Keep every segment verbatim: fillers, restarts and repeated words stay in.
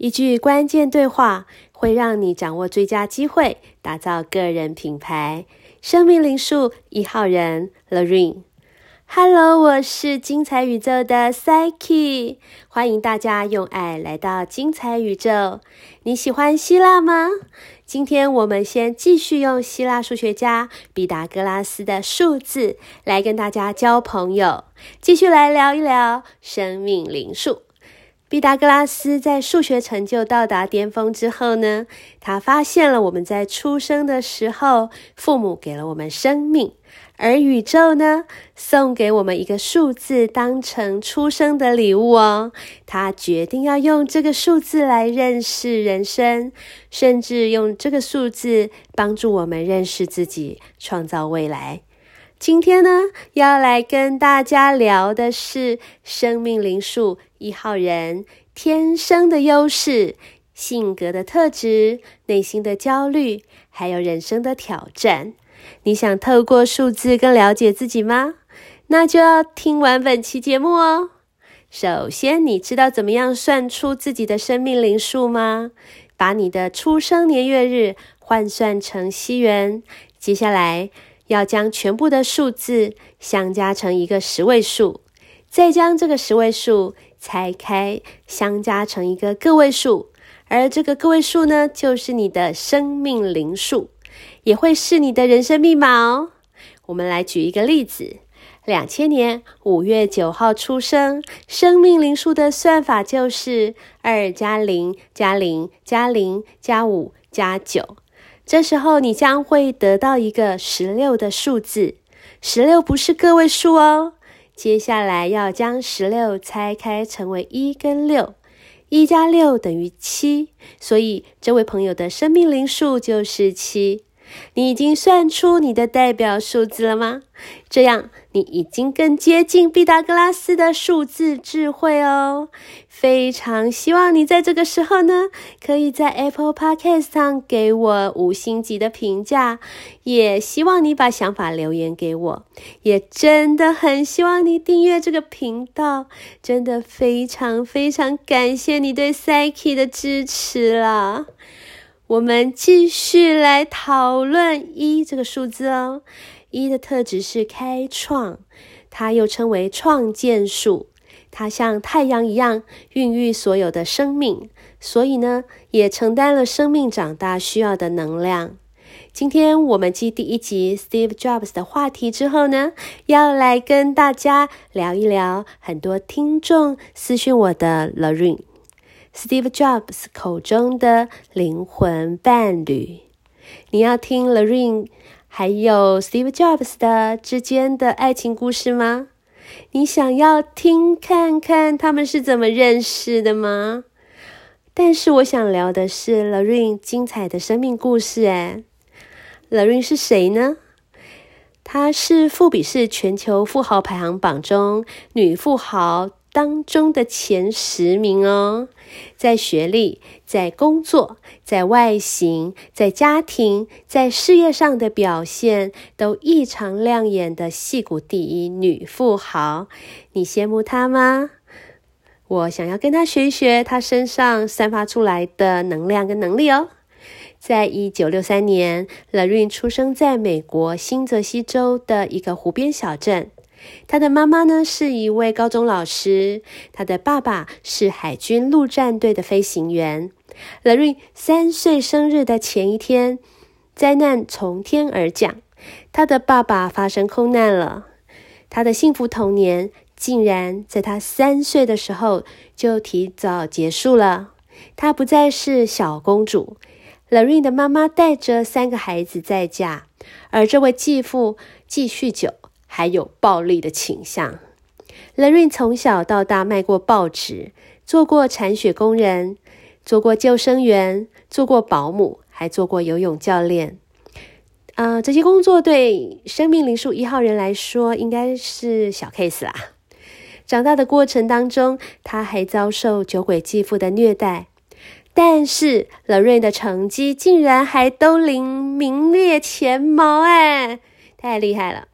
一句关键对话会让你掌握最佳机会，打造个人品牌。生命灵数一号人 Lorraine。Hello， 我是精彩宇宙的 Psyche， 欢迎大家用爱来到精彩宇宙。你喜欢希腊吗？今天我们先继续用希腊数学家毕达哥拉斯的数字来跟大家交朋友，继续来聊一聊生命灵数。毕达哥拉斯在数学成就到达巅峰之后呢，他发现了我们在出生的时候，父母给了我们生命，而宇宙呢，送给我们一个数字当成出生的礼物哦。他决定要用这个数字来认识人生，甚至用这个数字帮助我们认识自己，创造未来。今天呢，要来跟大家聊的是生命灵数一号人天生的优势、性格的特质、内心的焦虑，还有人生的挑战。你想透过数字更了解自己吗？那就要听完本期节目哦。首先，你知道怎么样算出自己的生命灵数吗？把你的出生年月日换算成西元，接下来要将全部的数字相加成一个十位数，再将这个十位数拆开相加成一个个位数，而这个个位数呢，就是你的生命灵数，也会是你的人生密码哦。我们来举一个例子，两千年五月九号出生，生命灵数的算法就是二加零加零加零加五加九。这时候你将会得到一个十六的数字，十六不是个位数哦。接下来要将十六拆开成为一跟六，一加六等于七，所以这位朋友的生命灵数就是七。你已经算出你的代表数字了吗？这样你已经更接近毕达哥拉斯的数字智慧哦。非常希望你在这个时候呢，可以在 Apple Podcast 上给我五星级的评价，也希望你把想法留言给我，也真的很希望你订阅这个频道，真的非常非常感谢你对 Psyche 的支持啦。我们继续来讨论一这个数字哦。一的特质是开创，它又称为创建数，它像太阳一样孕育所有的生命，所以呢，也承担了生命长大需要的能量。今天我们继第一集 Steve Jobs 的话题之后呢，要来跟大家聊一聊很多听众私讯我的 Lorraine。Steve Jobs 口中的灵魂伴侣，你要听 Lorraine 还有 Steve Jobs 的之间的爱情故事吗？你想要听看看他们是怎么认识的吗？但是我想聊的是 Lorraine 精彩的生命故事诶。Lorraine 是谁呢？她是富比士全球富豪排行榜中女富豪当中的前十名哦。在学历、在工作、在外形、在家庭、在事业上的表现都异常亮眼的矽谷第一女富豪，你羡慕她吗？我想要跟她学一学她身上散发出来的能量跟能力哦。在一九六三年 Lorraine 出生在美国新泽西州的一个湖边小镇。他的妈妈呢是一位高中老师，他的爸爸是海军陆战队的飞行员。Lorraine 三岁生日的前一天，灾难从天而降，他的爸爸发生空难了。他的幸福童年竟然在他三岁的时候就提早结束了。她不再是小公主， Lorraine 的妈妈带着三个孩子再嫁，而这位继父既酗酒还有暴力的倾向。 Lorraine 从小到大卖过报纸，做过铲雪工人，做过救生员，做过保姆，还做过游泳教练。呃，这些工作对生命灵数一号人来说应该是小 case 啦。长大的过程当中，他还遭受酒鬼继父的虐待，但是 Lorraine 的成绩竟然还都领名列前茅，哎，太厉害了。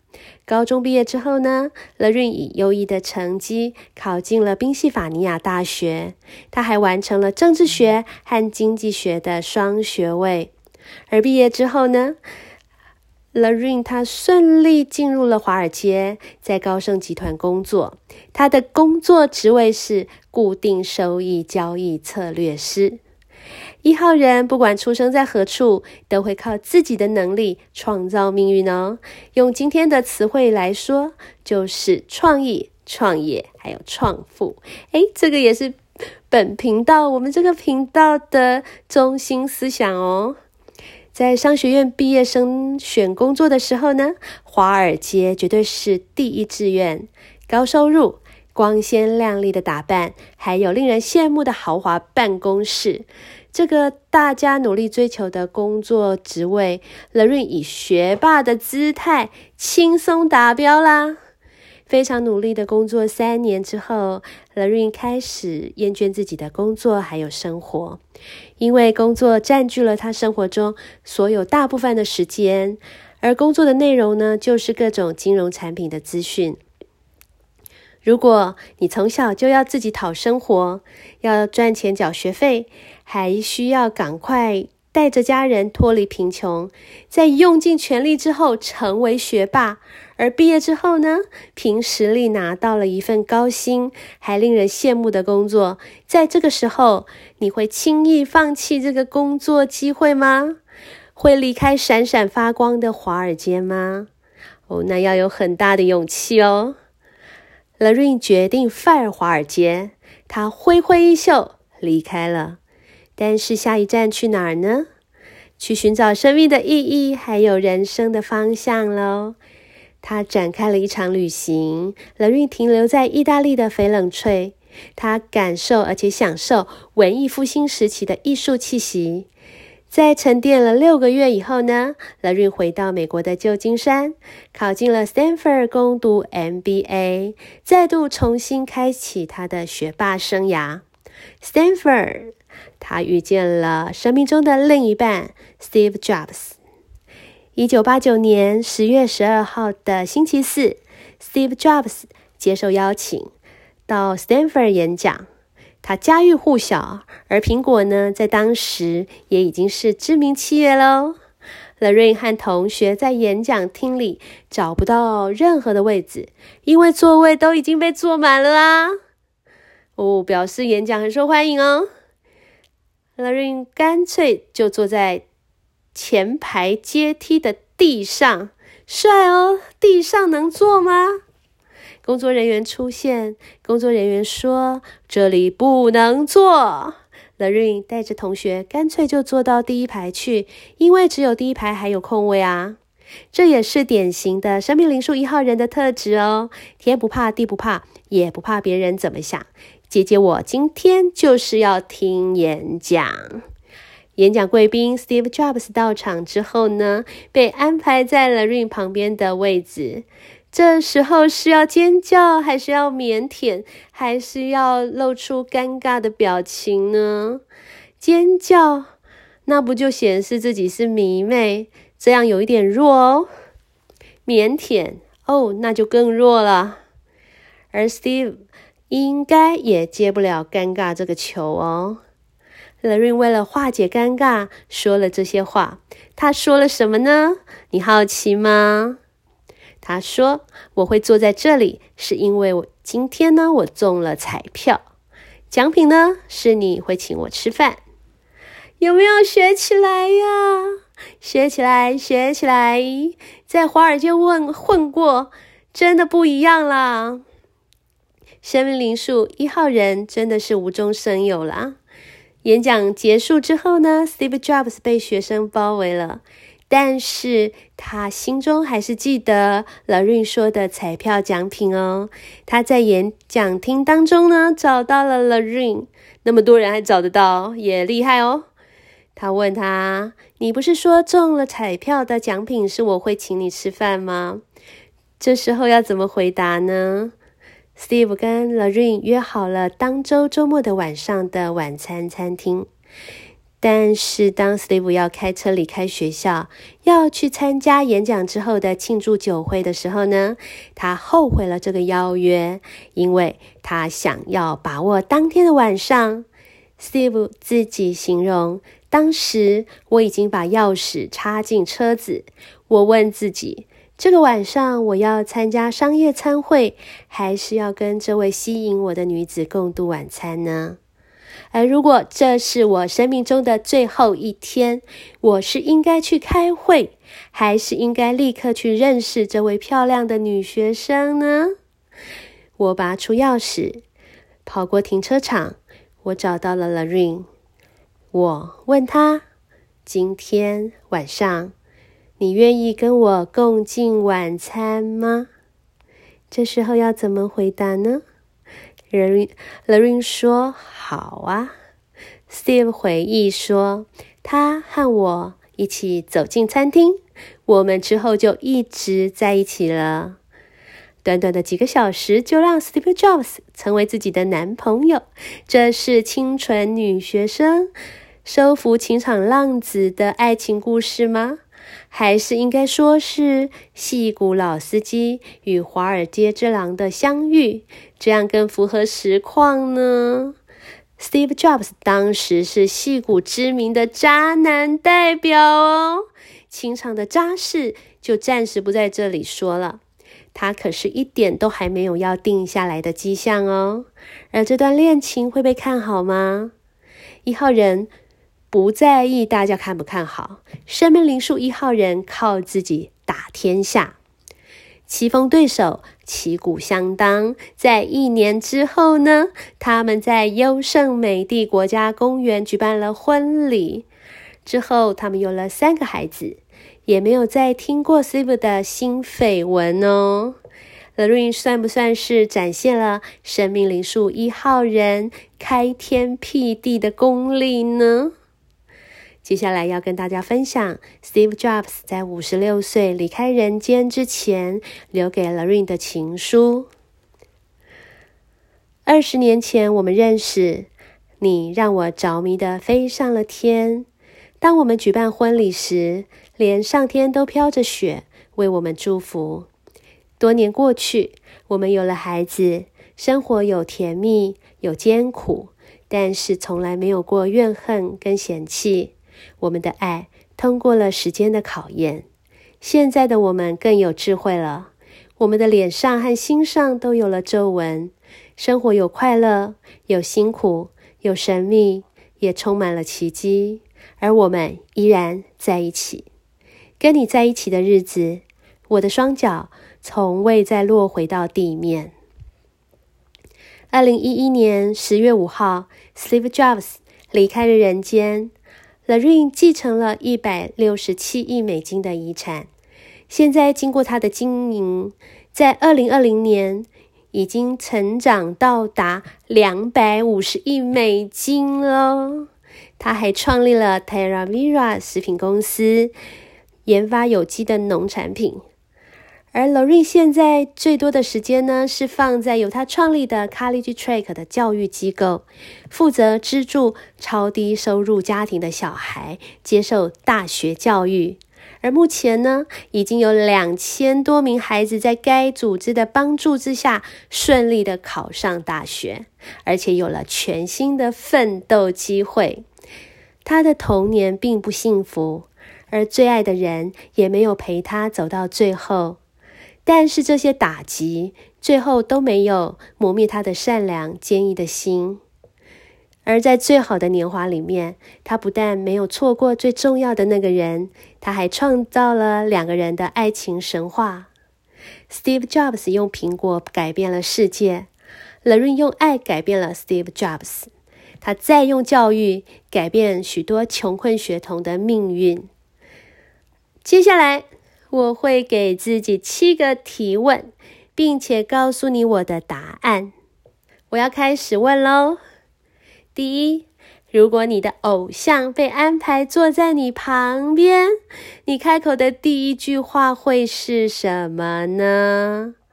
高中毕业之后呢 Lorraine 以优异的成绩考进了宾夕法尼亚大学，他还完成了政治学和经济学的双学位。而毕业之后呢Lorraine 她顺利进入了华尔街，在高盛集团工作。她的工作职位是固定收益交易策略师。一号人不管出生在何处，都会靠自己的能力创造命运哦。用今天的词汇来说，就是创意、创业还有创富。诶，这个也是本频道我们这个频道的中心思想哦。在商学院毕业生选工作的时候呢，华尔街绝对是第一志愿。高收入、光鲜亮丽的打扮，还有令人羡慕的豪华办公室，这个大家努力追求的工作职位 Lorraine 以学霸的姿态轻松达标啦。非常努力的工作三年之后 Lorraine 开始厌倦自己的工作还有生活，因为工作占据了他生活中所有大部分的时间，而工作的内容呢，就是各种金融产品的资讯。如果你从小就要自己讨生活，要赚钱缴学费，还需要赶快带着家人脱离贫穷，在用尽全力之后成为学霸，而毕业之后呢，凭实力拿到了一份高薪还令人羡慕的工作，在这个时候，你会轻易放弃这个工作机会吗？会离开闪闪发光的华尔街吗？哦，那要有很大的勇气哦。Lorraine 决定 fire 华尔街，她挥挥衣袖离开了。但是下一站去哪儿呢？去寻找生命的意义还有人生的方向咯。她展开了一场旅行。Lorraine 停留在意大利的翡冷翠，她感受而且享受文艺复兴时期的艺术气息。在沉淀了六个月以后呢 Lorraine 回到美国的旧金山，考进了 Stanford 攻读 M B A， 再度重新开启他的学霸生涯。Stanford， 他遇见了生命中的另一半 Steve Jobs。一九八九年十月十二号的星期四， Steve Jobs 接受邀请到 Stanford 演讲。他家喻户晓，而苹果呢，在当时也已经是知名企业咯。Lorraine 和同学在演讲厅里找不到任何的位置，因为座位都已经被坐满了啊！哦，表示演讲很受欢迎哦。Lorraine 干脆就坐在前排阶梯的地上，帅哦！地上能坐吗？工作人员出现，工作人员说这里不能坐。Lorraine 带着同学干脆就坐到第一排去，因为只有第一排还有空位啊。这也是典型的生命灵数一号人的特质哦，天不怕地不怕，也不怕别人怎么想。姐姐我今天就是要听演讲。演讲贵宾 Steve Jobs 到场之后呢，被安排在 Lorraine 旁边的位置。这时候是要尖叫，还是要腼腆，还是要露出尴尬的表情呢？尖叫，那不就显示自己是迷妹，这样有一点弱哦。腼腆，哦，那就更弱了。而 Steve 应该也接不了尴尬这个球哦。Lorraine 为了化解尴尬，说了这些话。他说了什么呢？你好奇吗？他说，我会坐在这里，是因为我今天呢，我中了彩票。奖品呢，是你会请我吃饭。有没有学起来呀？学起来，学起来。在华尔街混混过，真的不一样啦。生命灵数一号人真的是无中生有啦。演讲结束之后呢 Steve Jobs 被学生包围了，但是他心中还是记得 Lorraine 说的彩票奖品哦。他在演讲厅当中呢找到了 Lorraine， 那么多人还找得到，也厉害哦。他问他，你不是说中了彩票的奖品是我会请你吃饭吗？这时候要怎么回答呢？ Steve 跟 Lorraine 约好了当周周末的晚上的晚餐餐厅。 但是当 Steve 要开车离开学校，要去参加演讲之后的庆祝酒会的时候呢，他后悔了这个邀约，因为他想要把握当天的晚上。Steve 自己形容，当时我已经把钥匙插进车子，我问自己，这个晚上我要参加商业餐会，还是要跟这位吸引我的女子共度晚餐呢？而如果这是我生命中的最后一天，我是应该去开会，还是应该立刻去认识这位漂亮的女学生呢？我拔出钥匙，跑过停车场，我找到了 Lorraine。 我问她，今天晚上你愿意跟我共进晚餐吗？这时候要怎么回答呢？ Lorraine, Lorraine 说好啊。 Steve 回忆说，他和我一起走进餐厅，我们之后就一直在一起了。短短的几个小时就让 Steve Jobs 成为自己的男朋友，这是清纯女学生收服情场浪子的爱情故事吗？还是应该说是矽谷老司机与华尔街之狼的相遇，这样更符合实况呢？ Steve Jobs 当时是矽谷知名的渣男代表哦，情场的渣事就暂时不在这里说了，他可是一点都还没有要定下来的迹象哦。而这段恋情会被看好吗？一号人不在意大家看不看好，生命灵数一号人靠自己打天下。棋逢对手，旗鼓相当，在一年之后呢，他们在优胜美地国家公园举办了婚礼。之后他们有了三个孩子，也没有再听过 Steve 的新绯闻哦。Lorraine 算不算是展现了生命灵数一号人开天辟地的功力呢？接下来要跟大家分享 Steve Jobs 在五十六岁离开人间之前留给 Lorraine 的情书。二十年前我们认识，你让我着迷地飞上了天。当我们举办婚礼时，连上天都飘着雪为我们祝福。多年过去，我们有了孩子，生活有甜蜜有艰苦，但是从来没有过怨恨跟嫌弃。我们的爱通过了时间的考验，现在的我们更有智慧了，我们的脸上和心上都有了皱纹，生活有快乐，有辛苦，有神秘，也充满了奇迹，而我们依然在一起。跟你在一起的日子，我的双脚从未再落回到地面。二零一一年十月五号 Steve Jobs 离开了人间， Lorraine 继承了一百六十七亿美金的遗产，现在经过他的经营，在二零二零年已经成长到达两百五十亿美金了。他还创立了 TerraVira 食品公司，研发有机的农产品。而 Lorraine 现在最多的时间呢，是放在由他创立的 College Track 的教育机构，负责资助超低收入家庭的小孩接受大学教育。而目前呢，已经有两千多名孩子在该组织的帮助之下，顺利的考上大学，而且有了全新的奋斗机会。他的童年并不幸福，而最爱的人也没有陪他走到最后。但是这些打击最后都没有磨灭他的善良坚毅的心。而在最好的年华里面，他不但没有错过最重要的那个人，他还创造了两个人的爱情神话。 Steve Jobs 用苹果改变了世界， Lorraine 用爱改变了 Steve Jobs， 他再用教育改变许多穷困学童的命运。接下来我会给自己七个提问，并且告诉你我的答案。我要开始问咯。第一，如果你的偶像被安排坐在你旁边，你开口的第一句话会是什么呢？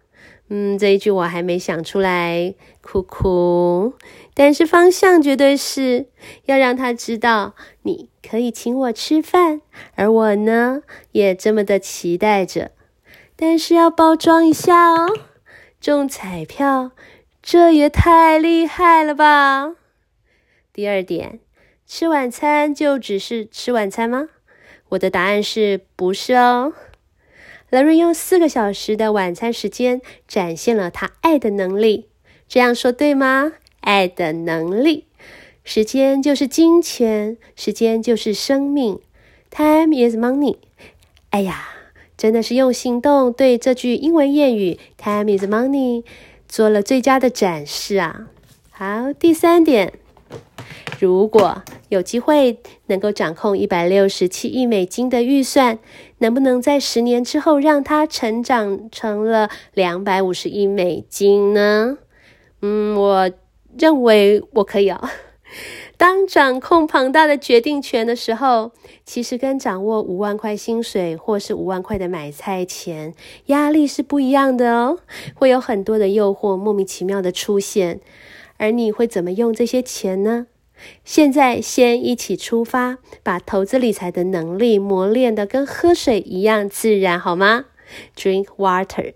嗯，这一句我还没想出来，哭哭。但是方向绝对是要让他知道，你可以请我吃饭，而我呢，也这么的期待着。但是要包装一下哦，中彩票，这也太厉害了吧！第二点，吃晚餐就只是吃晚餐吗？我的答案是不是哦。Lorraine用四个小时的晚餐时间展现了他爱的能力，这样说对吗？爱的能力，时间就是金钱，时间就是生命。Time is money。哎呀，真的是用行动对这句英文谚语 Time is money 做了最佳的展示啊。好，第三点，如果有机会能够掌控一百六十七亿美金的预算，能不能在十年之后让它成长成了两百五十亿美金呢？嗯，我认为我可以哦。当掌控庞大的决定权的时候，其实跟掌握五万块薪水或是五万块的买菜钱，压力是不一样的哦。会有很多的诱惑莫名其妙的出现，而你会怎么用这些钱呢？现在先一起出发，把投资理财的能力磨练得跟喝水一样自然，好吗？ Drink water。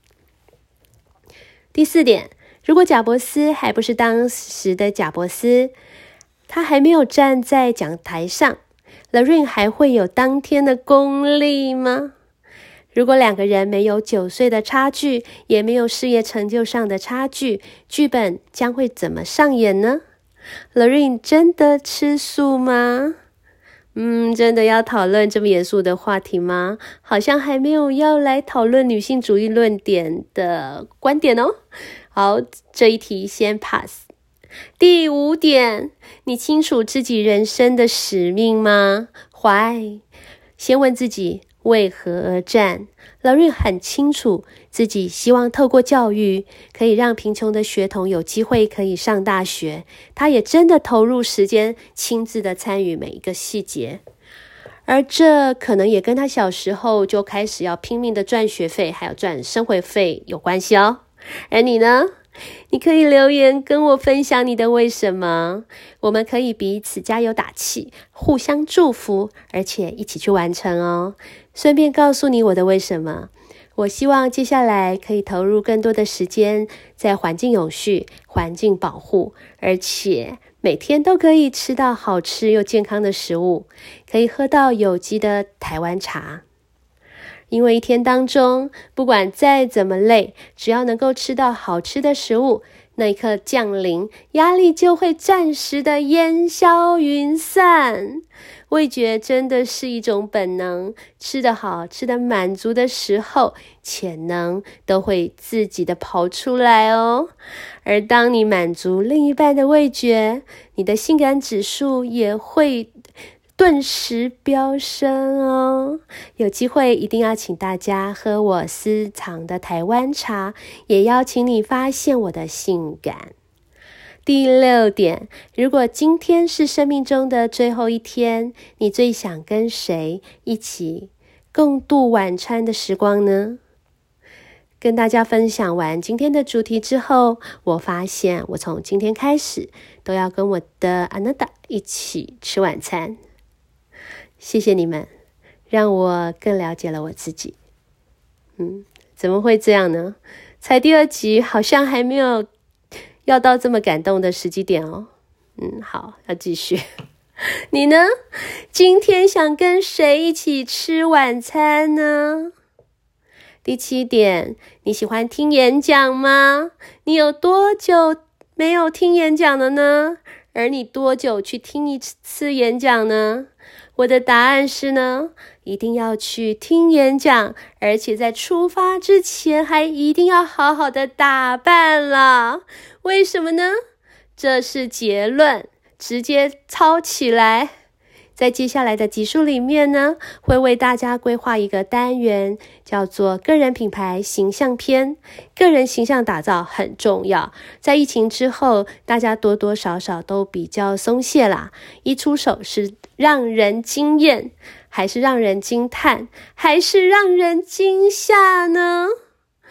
第四点，如果贾伯斯还不是当时的贾伯斯，他还没有站在讲台上， Lorraine 还会有当天的功力吗？如果两个人没有九岁的差距，也没有事业成就上的差距，剧本将会怎么上演呢？ Lorraine 真的吃素吗？嗯，真的要讨论这么严肃的话题吗？好像还没有要来讨论女性主义论点的观点哦。好，这一题先 pass。 第五点，你清楚自己人生的使命吗？ Why？ 先问自己为何而战。 Lorraine 很清楚自己希望透过教育可以让贫穷的学童有机会可以上大学，他也真的投入时间亲自的参与每一个细节，而这可能也跟他小时候就开始要拼命的赚学费还有赚生活费有关系哦。而你呢？你可以留言跟我分享你的为什么，我们可以彼此加油打气，互相祝福，而且一起去完成哦。顺便告诉你我的为什么，我希望接下来可以投入更多的时间在环境永续、环境保护，而且每天都可以吃到好吃又健康的食物，可以喝到有机的台湾茶。因为一天当中，不管再怎么累，只要能够吃到好吃的食物，那一刻降临，压力就会暂时的烟消云散。味觉真的是一种本能，吃得好，吃得满足的时候，潜能都会自己的跑出来哦。而当你满足另一半的味觉，你的性感指数也会顿时飙升哦。有机会一定要请大家喝我私藏的台湾茶，也邀请你发现我的性感。第六点，如果今天是生命中的最后一天，你最想跟谁一起共度晚餐的时光呢？跟大家分享完今天的主题之后，我发现我从今天开始都要跟我的 Ananda 一起吃晚餐。谢谢你们，让我更了解了我自己。嗯，怎么会这样呢？才第二集，好像还没有要到这么感动的时机点哦。嗯，好，要继续。你呢？今天想跟谁一起吃晚餐呢？第七点，你喜欢听演讲吗？你有多久没有听演讲了呢？而你多久去听一次演讲呢？我的答案是呢，一定要去听演讲，而且在出发之前还一定要好好的打扮了。为什么呢？这是结论，直接抄起来。在接下来的集数里面呢，会为大家规划一个单元，叫做个人品牌形象篇。个人形象打造很重要，在疫情之后，大家多多少少都比较松懈啦。一出手是让人惊艳，还是让人惊叹，还是让人惊吓呢？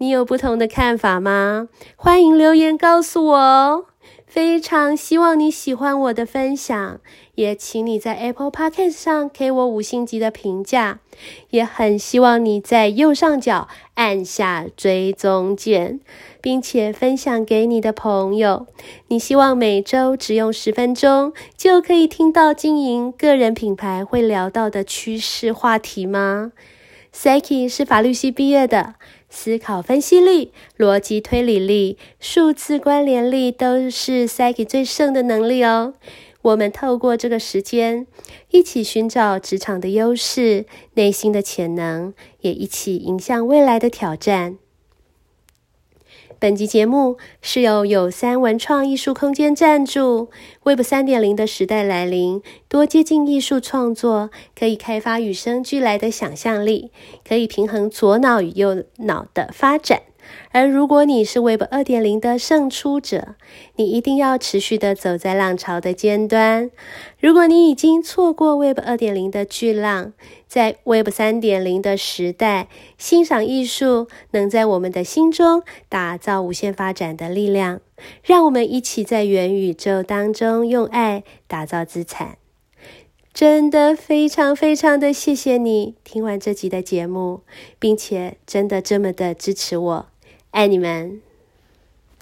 你有不同的看法吗？欢迎留言告诉我哦。非常希望你喜欢我的分享，也请你在 Apple Podcast 上给我五星级的评价，也很希望你在右上角按下追踪键，并且分享给你的朋友。你希望每周只用十分钟就可以听到经营个人品牌会聊到的趋势话题吗？ Saki 是法律系毕业的，思考分析力、逻辑推理力、数字关联力都是 Saki 最胜的能力哦。我们透过这个时间，一起寻找职场的优势、内心的潜能，也一起迎向未来的挑战。本集节目是由有三文创艺术空间赞助。 Web 三点零 的时代来临，多接近艺术创作，可以开发与生俱来的想象力，可以平衡左脑与右脑的发展。而如果你是 Web 二点零 的胜出者，你一定要持续的走在浪潮的尖端。如果你已经错过 Web 二点零 的巨浪，在 Web 三点零 的时代，欣赏艺术能在我们的心中打造无限发展的力量。让我们一起在元宇宙当中用爱打造资产。真的非常非常的谢谢你听完这集的节目，并且真的这么的支持我，爱你们。